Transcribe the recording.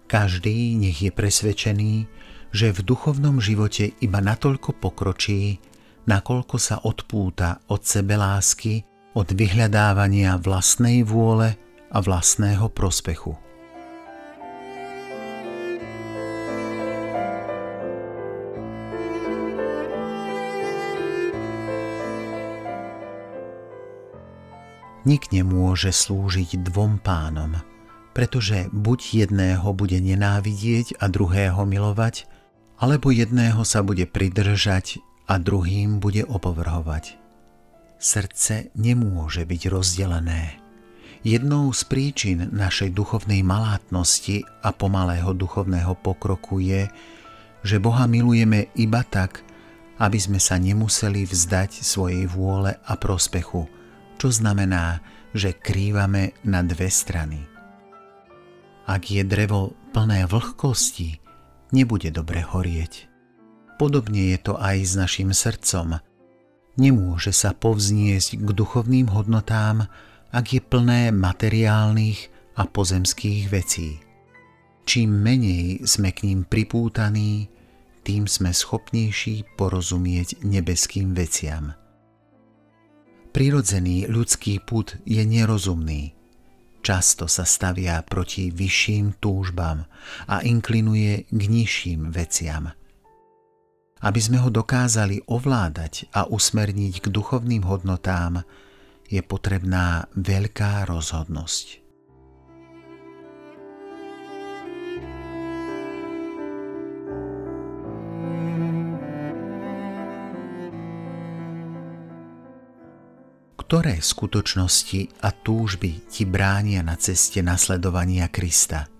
Každý nech je presvedčený, že v duchovnom živote iba natoľko pokročí, nakoľko sa odpúta od sebelásky, od vyhľadávania vlastnej vôle a vlastného prospechu. Nik nemôže slúžiť dvom pánom, pretože buď jedného bude nenávidieť a druhého milovať, alebo jedného sa bude pridržať a druhým bude opovrhovať. Srdce nemôže byť rozdelené. Jednou z príčin našej duchovnej malátnosti a pomalého duchovného pokroku je, že Boha milujeme iba tak, aby sme sa nemuseli vzdať svojej vôle a prospechu, čo znamená, že krývame na dve strany. Ak je drevo plné vlhkosti, nebude dobre horieť. Podobne je to aj s našim srdcom. Nemôže sa povzniesť k duchovným hodnotám, ak je plné materiálnych a pozemských vecí. Čím menej sme k ním pripútaní, tým sme schopnejší porozumieť nebeským veciam. Prirodzený ľudský pud je nerozumný. Často sa stavia proti vyšším túžbám a inklinuje k nižším veciam. Aby sme ho dokázali ovládať a usmerniť k duchovným hodnotám, je potrebná veľká rozhodnosť. Ktoré skutočnosti a túžby ti bránia na ceste nasledovania Krista?